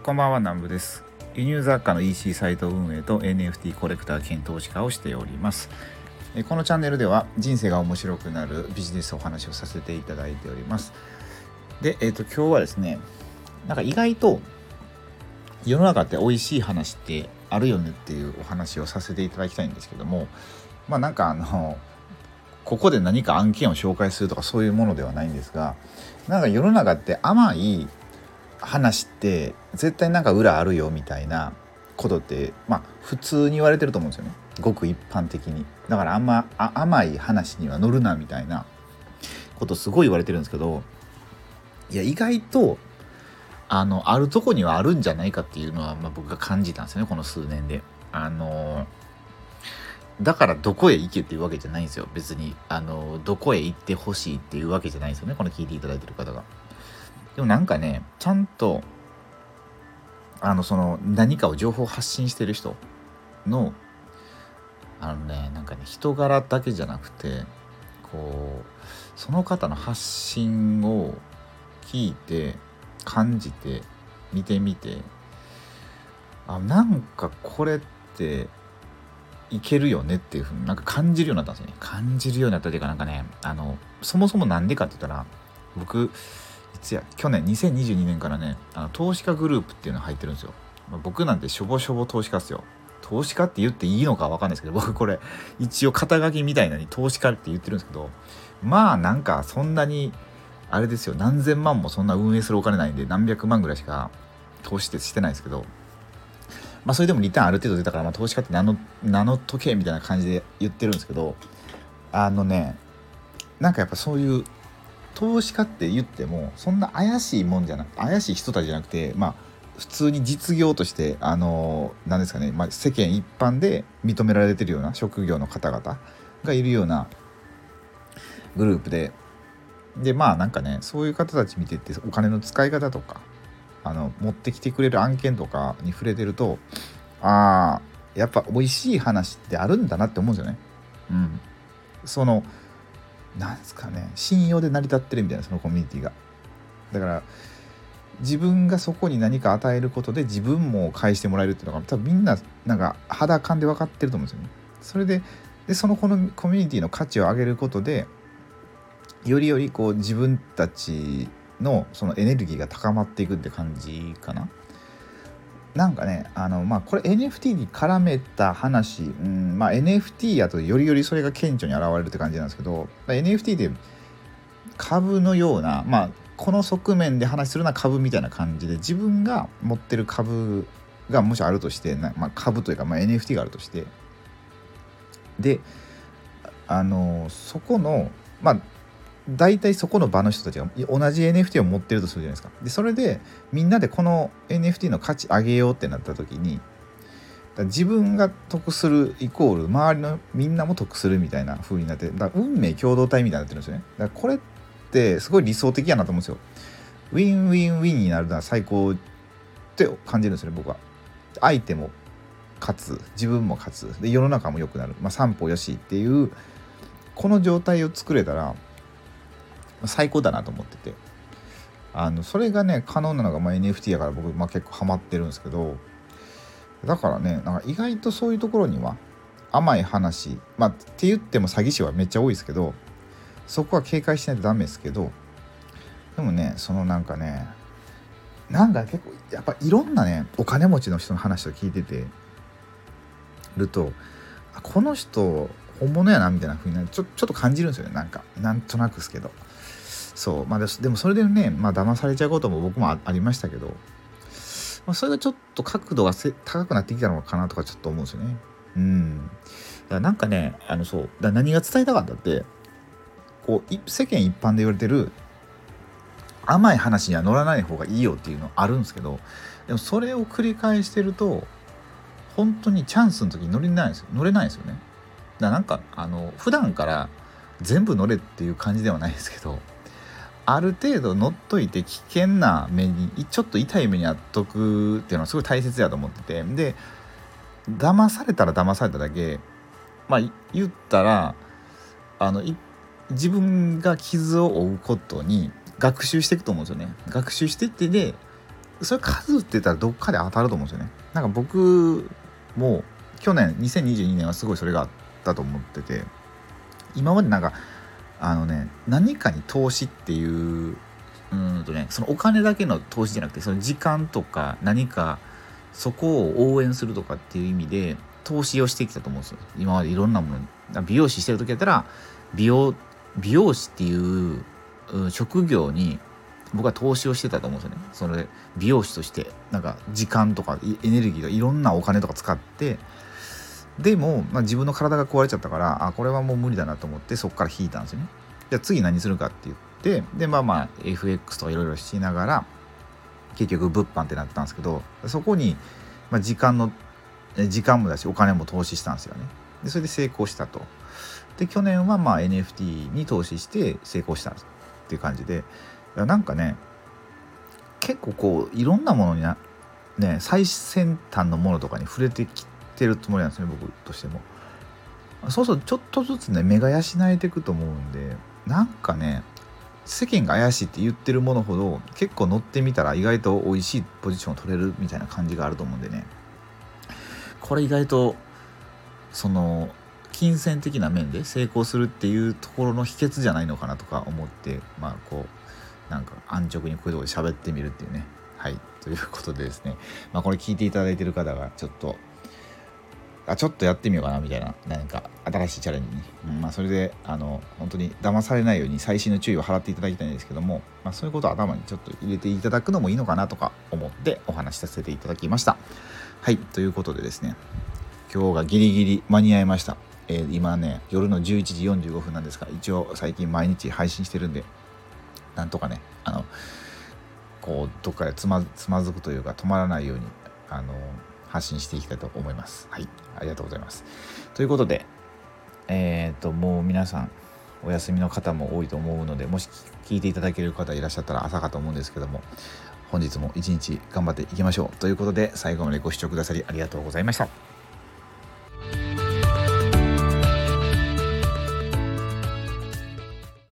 こんばんは、南部です。輸入雑貨の EC サイト運営と NFT コレクター兼投資家をしております。このチャンネルでは人生が面白くなるビジネスお話をさせていただいております。で、今日はですね、なんか意外と世の中って美味しい話ってあるよねっていうお話をさせていただきたいんですけども、なんかここで何か案件を紹介するとかそういうものではないんですが、なんか世の中って甘い話って絶対なんか裏あるよみたいなことって普通に言われてると思うんですよね、ごく一般的に。だから甘い話には乗るなみたいなことすごい言われてるんですけど、いや意外とあるとこにはあるんじゃないかっていうのは、僕が感じたんですよね、この数年で。だからどこへ行けっていうわけじゃないんですよ、別に。どこへ行ってほしいっていうわけじゃないんですよね、この聞いていただいてる方が。でもなんかね、ちゃんとその何かを情報発信してる人のなんかね、人柄だけじゃなくて、こうその方の発信を聞いて感じて見てみて、なんかこれっていけるよねっていうふうになんか感じるようになったんですよね。感じるようになったというか、なんかね、そもそもなんでかって言ったら、僕去年2022年からね、投資家グループっていうのが入ってるんですよ。僕なんてしょぼしょぼ投資家っすよ。投資家って言っていいのか分かんないですけど、僕これ一応肩書きみたいなに投資家って言ってるんですけど、なんかそんなにあれですよ、何千万もそんな運営するお金ないんで、何百万ぐらいしか投資ってしてないですけど、それでもリターンある程度出たから、投資家って名の時計みたいな感じで言ってるんですけど、なんかやっぱそういう投資家って言ってもそんな怪しいもんじゃなく、怪しい人たちじゃなくて、普通に実業として何ですかね、世間一般で認められてるような職業の方々がいるようなグループで、なんかね、そういう方たち見てて、お金の使い方とか持ってきてくれる案件とかに触れてると、やっぱ美味しい話ってあるんだなって思うんですよね。そのなんですかね、信用で成り立ってるみたいな、そのコミュニティが。だから自分がそこに何か与えることで自分も返してもらえるっていうのが多分みんななんか肌感で分かってると思うんですよね。それでそのこのコミュニティの価値を上げることで、よりこう自分たちのそのエネルギーが高まっていくって感じかな。なんかね、これ NFT に絡めた話、NFT やとよりそれが顕著に現れるって感じなんですけど、NFT で株のような、この側面で話するような株みたいな感じで、自分が持ってる株がもしあるとして株というか、NFT があるとして、でそこの大体そこの場の人たちが同じ NFT を持ってるとするじゃないですか。でそれでみんなでこの NFT の価値上げようってなった時に、自分が得するイコール周りのみんなも得するみたいな風になって、運命共同体みたいになってるんですよね。だからこれってすごい理想的やなと思うんですよ。ウィンウィンウィンになるのは最高って感じるんですよね、僕は。相手も勝つ、自分も勝つ、で世の中も良くなる、三方よしっていうこの状態を作れたら最高だなと思ってて、それがね可能なのがNFT やから、僕結構ハマってるんですけど、だからね、なんか意外とそういうところには甘い話、って言っても詐欺師はめっちゃ多いですけど、そこは警戒しないとダメですけど、でもね、そのなんかね、なんか結構やっぱいろんなねお金持ちの人の話を聞いててると、この人本物やなみたいな風にちょっと感じるんですよね。なんとなくですけど、そうでもそれでね、騙されちゃうことも僕も ありましたけど、それがちょっと角度が高くなってきたのかなとかちょっと思うんですよね。だからなんかね、何が伝えたかったって、こう世間一般で言われてる甘い話には乗らない方がいいよっていうのあるんですけど、でもそれを繰り返してると本当にチャンスの時に乗れないんですよね。だからなんか普段から全部乗れっていう感じではないですけど、ある程度乗っといて危険な目にちょっと痛い目にあっとくっていうのはすごい大切だと思ってて、で騙されたら騙されただけ、言ったら自分が傷を負うことに学習していくと思うんですよね。学習していって、 それ数って言ったらどっかで当たると思うんですよね。なんか僕も去年2022年はすごいそれがあったと思ってて、今までなんか何かに投資っていうそのお金だけの投資じゃなくて、その時間とか何かそこを応援するとかっていう意味で投資をしてきたと思うんですよ。今までいろんなものに美容師してる時やったら美容師っていう職業に僕は投資をしてたと思うんですよね。それ美容師としてなんか時間とかエネルギーといろんなお金とか使って、でも、自分の体が壊れちゃったから、これはもう無理だなと思ってそこから引いたんですよね。じゃあ次何するかって言って、でFX とかいろいろしながら結局物販ってなったんですけど、そこに、時間もだしお金も投資したんですよね。でそれで成功したと。で去年はNFT に投資して成功したっていう感じで、なんかね結構こういろんなものに最先端のものとかに触れてきてるつもりなんですね、僕としても。そうそう、ちょっとずつね目が養えていくと思うんで、なんかね世間が怪しいって言ってるものほど結構乗ってみたら意外と美味しいポジションを取れるみたいな感じがあると思うんでね、これ意外とその金銭的な面で成功するっていうところの秘訣じゃないのかなとか思って、こうなんか安直にこういうところで喋ってみるっていうね。はいということでですね、これ聞いていただいてる方がちょっとやってみようかなみたいな、何か新しいチャレンジに、それで本当に騙されないように細心の注意を払っていただきたいんですけども、そういうことを頭にちょっと入れていただくのもいいのかなとか思ってお話しさせていただきました。はいということでですね、今日がギリギリ間に合いました。今ね夜の11時45分なんですが、一応最近毎日配信してるんで、なんとかねこうどっかでつまずくというか止まらないように発信していきたいと思います。はい、ありがとうございます。ということで、もう皆さんお休みの方も多いと思うので、もし聞いていただける方いらっしゃったら朝かと思うんですけども、本日も一日頑張っていきましょうということで、最後までご視聴くださりありがとうございました。